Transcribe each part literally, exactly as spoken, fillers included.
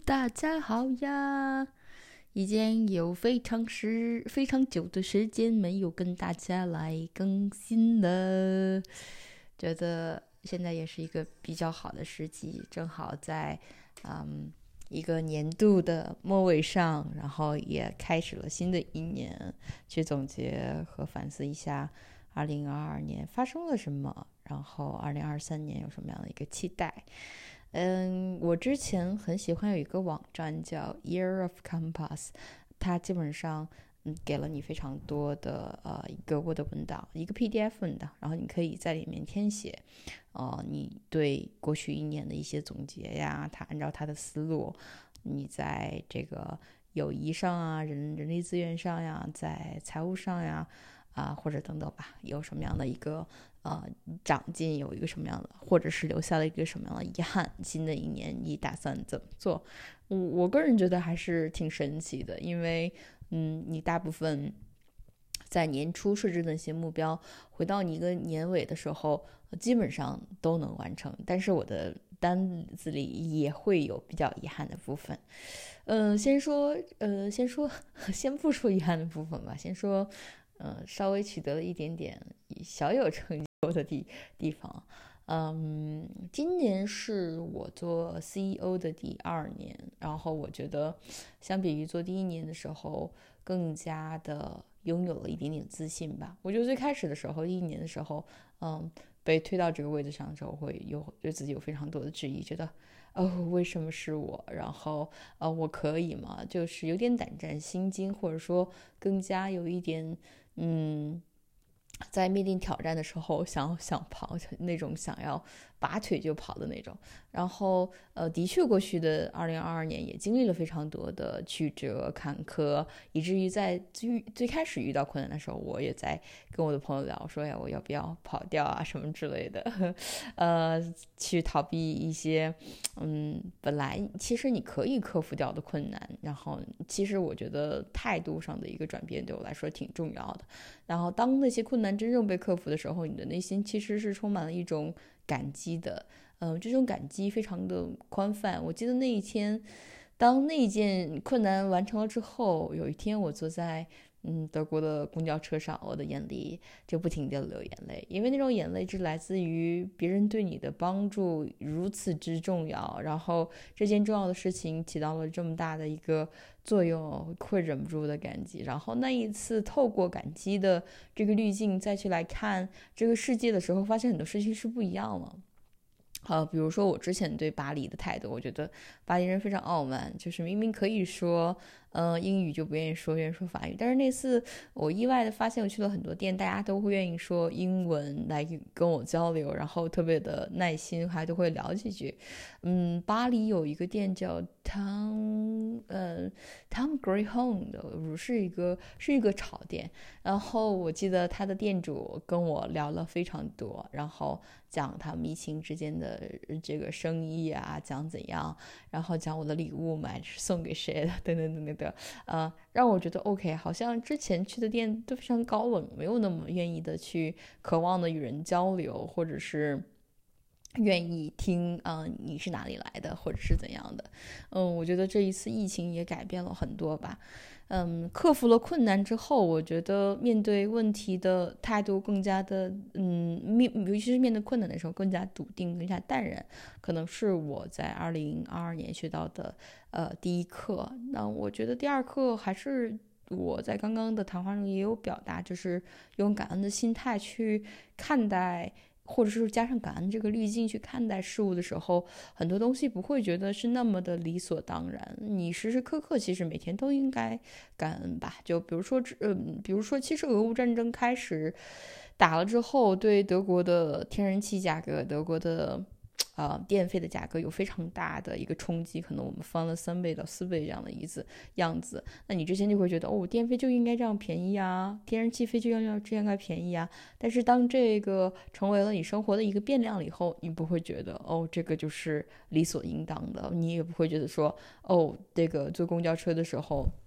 大家好呀！已经有非常时非常久的时间没有跟大家来更新了，觉得现在也是一个比较好的时机，正好在嗯一个年度的末尾上，然后也开始了新的一年，去总结和反思一下二零二二年发生了什么，然后二零二三年有什么样的一个期待。嗯，我之前很喜欢有一个网站叫 Year of Compass， 它基本上嗯给了你非常多的呃一个 Word 文档，一个 P D F 文档，然后你可以在里面填写，呃你对过去一年的一些总结呀，它按照它的思路，你在这个友谊上啊，人人力资源上呀，在财务上呀。啊，或者等等吧，有什么样的一个呃长进，有一个什么样的，或者是留下了一个什么样的遗憾，新的一年你打算怎么做？我我个人觉得还是挺神奇的，因为嗯，你大部分在年初设置的那些目标，回到你一个年尾的时候，基本上都能完成，但是我的单子里也会有比较遗憾的部分。嗯、呃，先说呃，先说先不说遗憾的部分吧，先说。呃，稍微取得了一点点小有成就的地地方。嗯，今年是我做 C E O 的第二年，然后我觉得相比于做第一年的时候，更加的拥有了一点点自信吧。我觉得最开始的时候，第一年的时候，嗯，被推到这个位置上的时候，会有对自己有非常多的质疑，觉得哦，为什么是我？然后呃，我可以吗？就是有点胆战心惊，或者说更加有一点。嗯，在面临挑战的时候，想想跑那种，想要拔腿就跑的那种。然后，呃，的确，过去的二零二二年也经历了非常多的曲折坎坷，以至于在最最开始遇到困难的时候，我也在跟我的朋友聊说呀，我要不要跑掉啊什么之类的，呃，去逃避一些，嗯，本来其实你可以克服掉的困难。然后，其实我觉得态度上的一个转变对我来说挺重要的。然后，当那些困难真正被克服的时候，你的内心其实是充满了一种感激的。嗯、呃，这种感激非常的宽泛。我记得那一天，当那件困难完成了之后，有一天我坐在嗯德国的公交车上，我的眼里就不停地流眼泪，因为那种眼泪是来自于别人对你的帮助如此之重要，然后这件重要的事情起到了这么大的一个作用，会忍不住的感激。然后那一次透过感激的这个滤镜再去来看这个世界的时候，发现很多事情是不一样了。呃，比如说我之前对巴黎的态度，我觉得巴黎人非常傲慢，就是明明可以说，呃，英语就不愿意说，愿意说法语。但是那次我意外的发现，我去了很多店，大家都会愿意说英文来跟我交流，然后特别的耐心，还都会聊几句。嗯，巴黎有一个店叫 Tom，呃，Tom Grey Home 的，是一个是一个炒店。然后我记得他的店主跟我聊了非常多，然后讲他们疫情之间的这个生意啊，讲怎样，然后讲我的礼物买送给谁的，等等等等的，呃，让我觉得 OK， 好像之前去的店都非常高冷，没有那么愿意的去渴望的与人交流，或者是愿意听啊、呃、你是哪里来的，或者是怎样的。嗯，我觉得这一次疫情也改变了很多吧。嗯，克服了困难之后，我觉得面对问题的态度更加的，嗯，面尤其是面对困难的时候更加笃定，更加淡然，可能是我在二零二二年学到的呃第一课。那我觉得第二课还是我在刚刚的谈话中也有表达，就是用感恩的心态去看待。或者是加上感恩这个滤镜去看待事物的时候，很多东西不会觉得是那么的理所当然。你时时刻刻其实每天都应该感恩吧。就比如说，嗯，比如说，其实俄乌战争开始打了之后，对德国的天然气价格、德国的呃电费的价格有非常大的一个冲击，可能我们翻了三倍到四倍这样的一次样子。那你之前就会觉得，哦，电费就应该这样便宜啊，天然气费就要这样该便宜啊。但是当这个成为了你生活的一个变量了以后，你不会觉得哦，这个就是理所应当的，你也不会觉得说，哦，这个坐公交车的时候。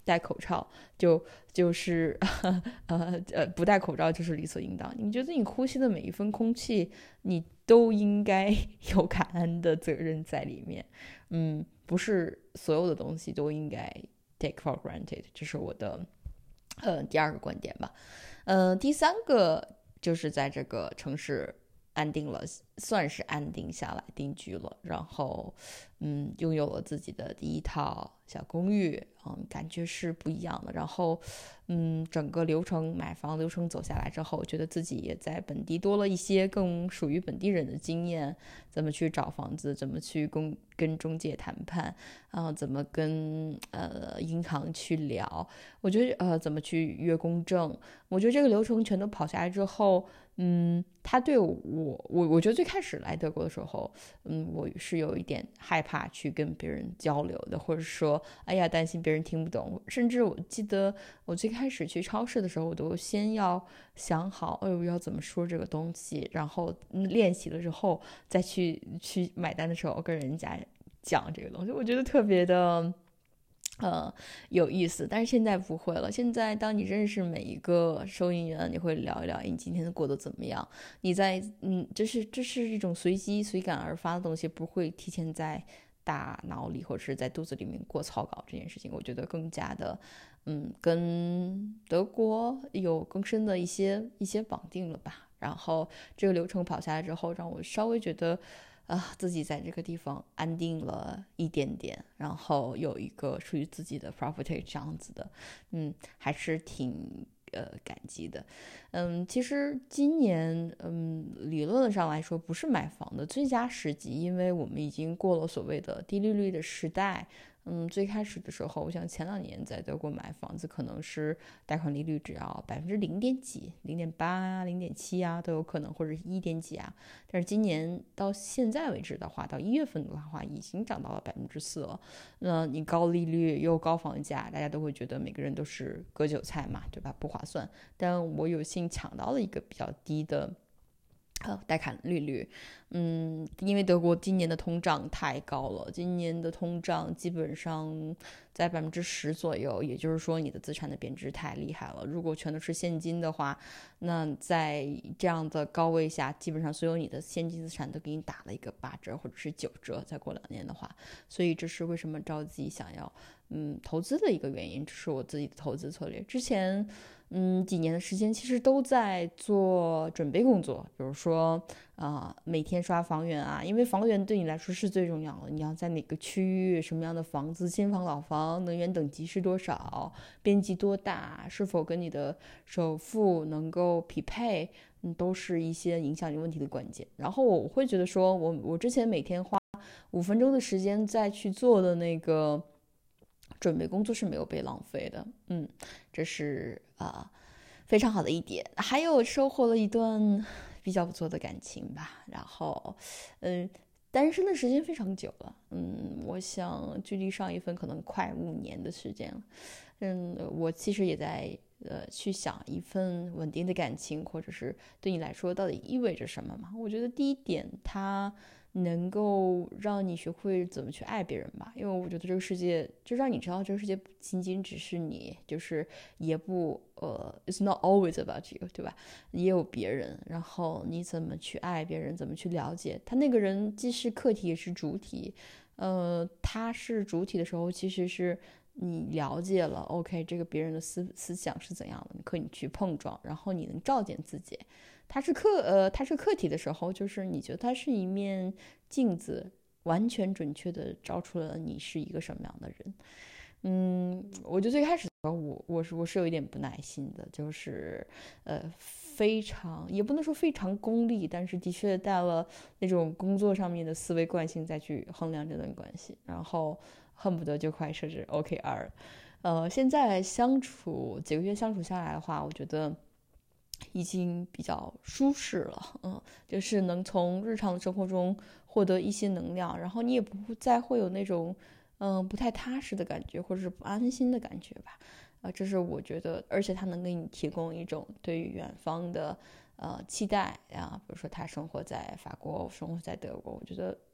戴口罩就就是呃呃不戴口罩就是理所应当。你觉得你呼吸的每一分空气，你都应该有感恩的责任在里面。嗯，不是所有的东西都应该 take for granted，这是我的呃第二个观点吧。呃，第三个就是在这个城市安定了，算是安定下来，定居了，然后嗯，拥有了自己的第一套小公寓，嗯，感觉是不一样的。然后嗯，整个流程买房流程走下来之后，觉得自己也在本地多了一些更属于本地人的经验，怎么去找房子，怎么去跟跟中介谈判，然后怎么跟呃银行去聊，我觉得呃怎么去约公证，我觉得这个流程全都跑下来之后。嗯，他对我，我我觉得最开始来德国的时候，嗯，我是有一点害怕去跟别人交流的，或者说，哎呀，担心别人听不懂。甚至我记得我最开始去超市的时候，我都先要想好，哎呦，要怎么说这个东西，然后练习了之后，再去去买单的时候跟人家讲这个东西，我觉得特别的。呃，有意思，但是现在不会了。现在当你认识每一个收银员，你会聊一聊，你今天过得怎么样？你在嗯，这是这是一种随机随感而发的东西，不会提前在大脑里或者是在肚子里面过草稿。这件事情，我觉得更加的，嗯，跟德国有更深的一些一些绑定了吧。然后这个流程跑下来之后，让我稍微觉得。啊，自己在这个地方安定了一点点，然后有一个属于自己的 property 这样子的，嗯，还是挺呃感激的。嗯，其实今年嗯理论上来说不是买房的最佳时机，因为我们已经过了所谓的低利率的时代。嗯，最开始的时候，我想前两年在德国买房子，可能是贷款利率只要百分之零点几、零点八啊、零点七啊都有可能，或者是一点几啊。但是今年到现在为止的话，到一月份的话，已经涨到了百分之四了。那你高利率又高房价，大家都会觉得每个人都是割韭菜嘛，对吧？不划算。但我有幸抢到了一个比较低的。呃，贷款利率，嗯，因为德国今年的通胀太高了，今年的通胀基本上在百分之十左右，也就是说你的资产的贬值太厉害了。如果全都是现金的话，那在这样的高位下，基本上所有你的现金资产都给你打了一个八折或者是九折。再过两年的话，所以这是为什么着急想要嗯投资的一个原因，这是我自己的投资策略。之前。嗯，几年的时间其实都在做准备工作，比如说啊、呃，每天刷房源啊，因为房源对你来说是最重要的。你要在哪个区域，什么样的房子，新房老房，能源等级是多少，边际多大，是否跟你的首付能够匹配，嗯，都是一些影响你问题的关键。然后我会觉得说，我我之前每天花五分钟的时间再去做的那个。准备工作是没有被浪费的，嗯，这是啊、呃、非常好的一点。还有收获了一段比较不错的感情吧，然后，嗯，单身的时间非常久了，嗯，我想距离上一份可能快五年的时间了，嗯，我其实也在呃去想一份稳定的感情，或者是对你来说到底意味着什么嘛？我觉得第一点，它。能够让你学会怎么去爱别人吧，因为我觉得这个世界就让你知道这个世界不仅仅只是你，就是也不呃 ，it's not always about you， 对吧？也有别人，然后你怎么去爱别人，怎么去了解他那个人，既是客体也是主体。呃，他是主体的时候，其实是你了解了 ，OK，这个别人的思思想是怎样的，你可以去碰撞，然后你能照见自己。它是客呃，它是客体的时候，就是你觉得它是一面镜子，完全准确的照出了你是一个什么样的人。嗯，我觉得最开始的时候，我我是我是有一点不耐心的，就是呃非常也不能说非常功利，但是的确带了那种工作上面的思维惯性再去衡量这段关系，然后恨不得就快设置 O K R。呃，现在相处几个月相处下来的话，我觉得。已经比较舒适了，嗯，就是能从日常生活中获得一些能量，然后你也不再会有那种，嗯，不太踏实的感觉，或者是不安心的感觉吧，啊，这是我觉得，而且它能给你提供一种对于远方的呃期待啊，比如说他生活在法国，生活在德国，我觉得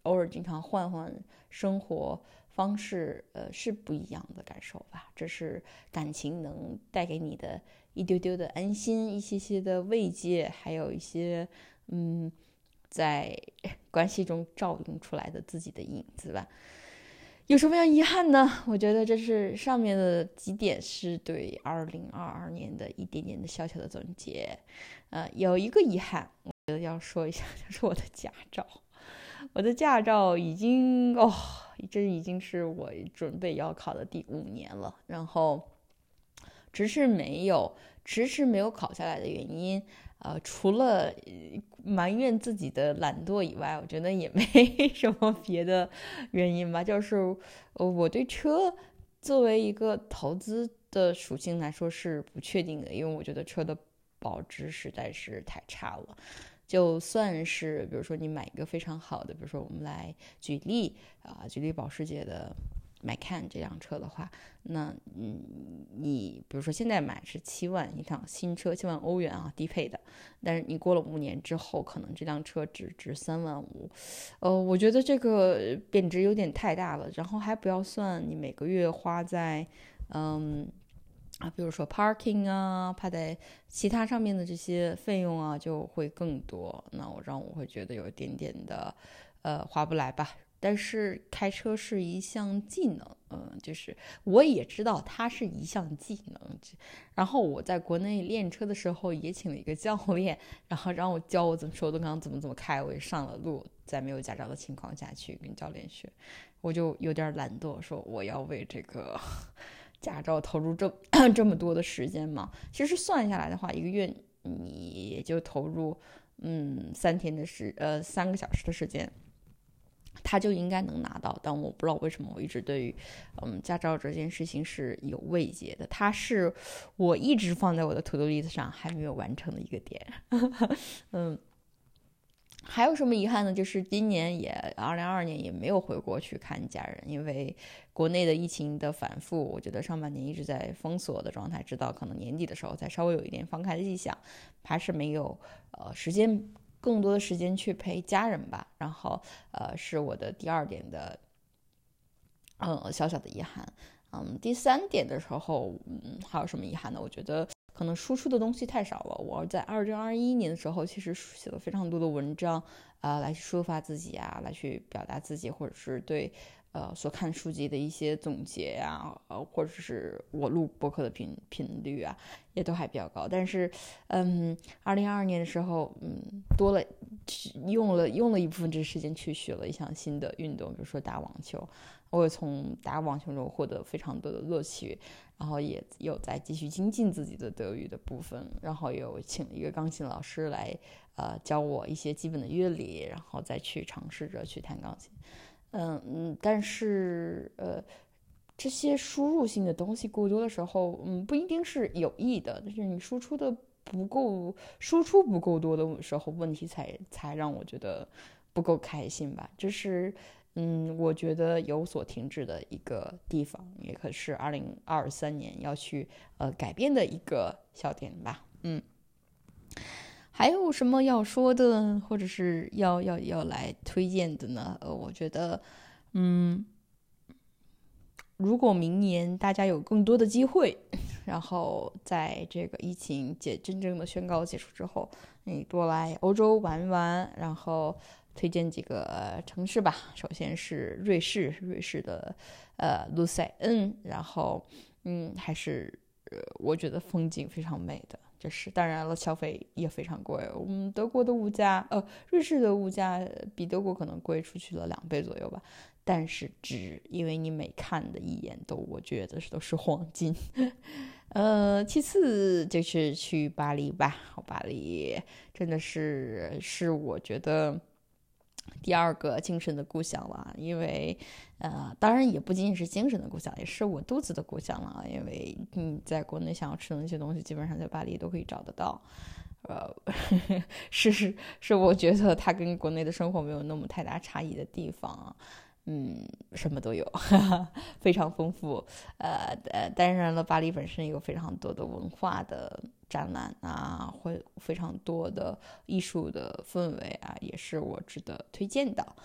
偶尔经常换换生活方式，呃，是不一样的感受吧。这是感情能带给你的一丢丢的安心，一些些的慰藉，还有一些嗯，在关系中照映出来的自己的影子吧。有什么样遗憾呢？我觉得这是上面的几点是对二零二二年的一点点的小小的总结。呃，有一个遗憾，我觉得要说一下，就是我的驾照。我的驾照已经哦，这已经是我准备要考的第五年了，然后迟迟没有，迟迟没有考下来的原因。呃，除了埋怨自己的懒惰以外，我觉得也没什么别的原因吧。就是，呃，我对车作为一个投资的属性来说是不确定的，因为我觉得车的保值实在是太差了。就算是比如说你买一个非常好的，比如说我们来举例啊、呃，举例保时捷的Macan这辆车的话，那嗯，你比如说现在买是七万一辆新车，七万欧元啊，低配的，但是你过了五年之后，可能这辆车只值三万五，呃，我觉得这个贬值有点太大了。然后还不要算你每个月花在嗯啊，比如说 parking 啊，怕在其他上面的这些费用啊，就会更多。那我让我会觉得有一点点的呃划不来吧。但是开车是一项技能，嗯、呃，就是我也知道它是一项技能。然后我在国内练车的时候也请了一个教练，然后让我教我怎么手动挡怎么怎么开。我也上了路，在没有驾照的情况下去跟教练学，我就有点懒惰，说我要为这个驾照投入这这么多的时间嘛。其实算下来的话，一个月你也就投入嗯三天的时呃三个小时的时间。他就应该能拿到，但我不知道为什么我一直对于，嗯，驾照这件事情是有慰藉的。它是我一直放在我的 to do list 上还没有完成的一个点。嗯，还有什么遗憾呢？就是今年也二零二二年也没有回国去看家人，因为国内的疫情的反复，我觉得上半年一直在封锁的状态，直到可能年底的时候才稍微有一点放开的迹象，还是没有呃时间。更多的时间去陪家人吧，然后呃是我的第二点的，呃小小的遗憾。嗯，第三点的时候，嗯还有什么遗憾呢？我觉得可能输出的东西太少了。我在二零二一年的时候，其实写了非常多的文章，啊、呃，来去抒发自己啊，来去表达自己，或者是对呃所看书籍的一些总结啊，呃，或者是我录播客的频频率啊，也都还比较高。但是，嗯，二零二二年的时候，嗯，多了用了用了一部分这个时间去学了一项新的运动，比如说打网球。我也从打网球中获得非常多的乐趣，然后也有在继续精进自己的德语的部分，然后有请一个钢琴老师来呃教我一些基本的乐理，然后再去尝试着去弹钢琴。嗯嗯，但是呃，这些输入性的东西过多的时候，嗯，不一定是有益的，但是你输出的不够，输出不够多的时候，问题才才让我觉得不够开心吧。这是嗯，我觉得有所停滞的一个地方，也可是二零二三年要去呃改变的一个小点吧。嗯。还有什么要说的，或者是要要要来推荐的呢？呃，我觉得，嗯，如果明年大家有更多的机会，然后在这个疫情解真正的宣告结束之后，你多来欧洲玩一玩，然后推荐几个城市吧。首先是瑞士，瑞士的呃卢塞恩，然后嗯还是呃我觉得风景非常美的。这是当然了，消费也非常贵。我们德国的物价，呃，瑞士的物价比德国可能贵出去了两倍左右吧，但是值，因为你每看的一眼都，我觉得都是黄金。呃，其次就是去巴黎吧，巴黎真的是是我觉得第二个精神的故乡了，因为呃，当然也不仅仅是精神的故乡，也是我肚子的故乡了。因为你在国内想要吃的那些东西，基本上在巴黎都可以找得到。呃，是是是，我觉得它跟国内的生活没有那么太大差异的地方。嗯，什么都有，哈哈，非常丰富。呃呃，当然了，巴黎本身有非常多的文化的展览啊，会非常多的艺术的氛围啊，也是我值得推荐的。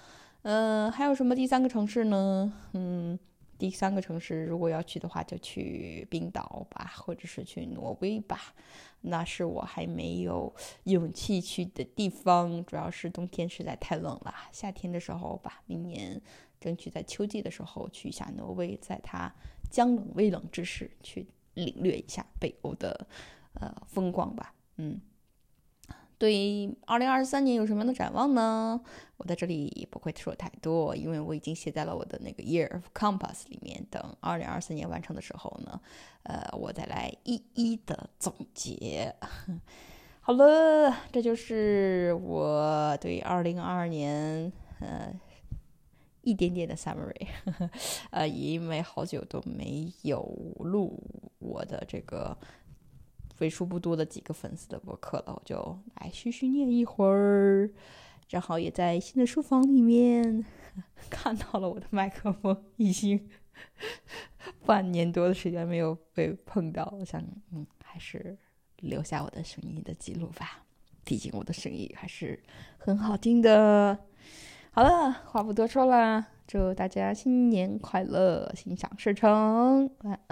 呃，还有什么第三个城市呢？嗯，第三个城市如果要去的话，就去冰岛吧，或者是去挪威吧。那是我还没有勇气去的地方，主要是冬天实在太冷了。夏天的时候吧，明年争取在秋季的时候去一下挪威，在它将冷未冷之时去领略一下北欧的呃风光吧。嗯。对二零二三年有什么样的展望呢？我在这里不会说太多，因为我已经写在了我的那个 Year of Compass 里面。等二零二四年完成的时候呢，呃，我再来一一的总结。好了，这就是我对二零二二年呃一点点的 summary。呃，因为好久都没有录我的这个为数不多的几个粉丝的博客了，我就来絮絮念一会儿。正好也在新的书房里面看到了我的麦克风已经半年多的时间没有被碰到，我想嗯，还是留下我的声音的记录吧，毕竟我的声音还是很好听的。好了，话不多说了，祝大家新年快乐，心想事成，晚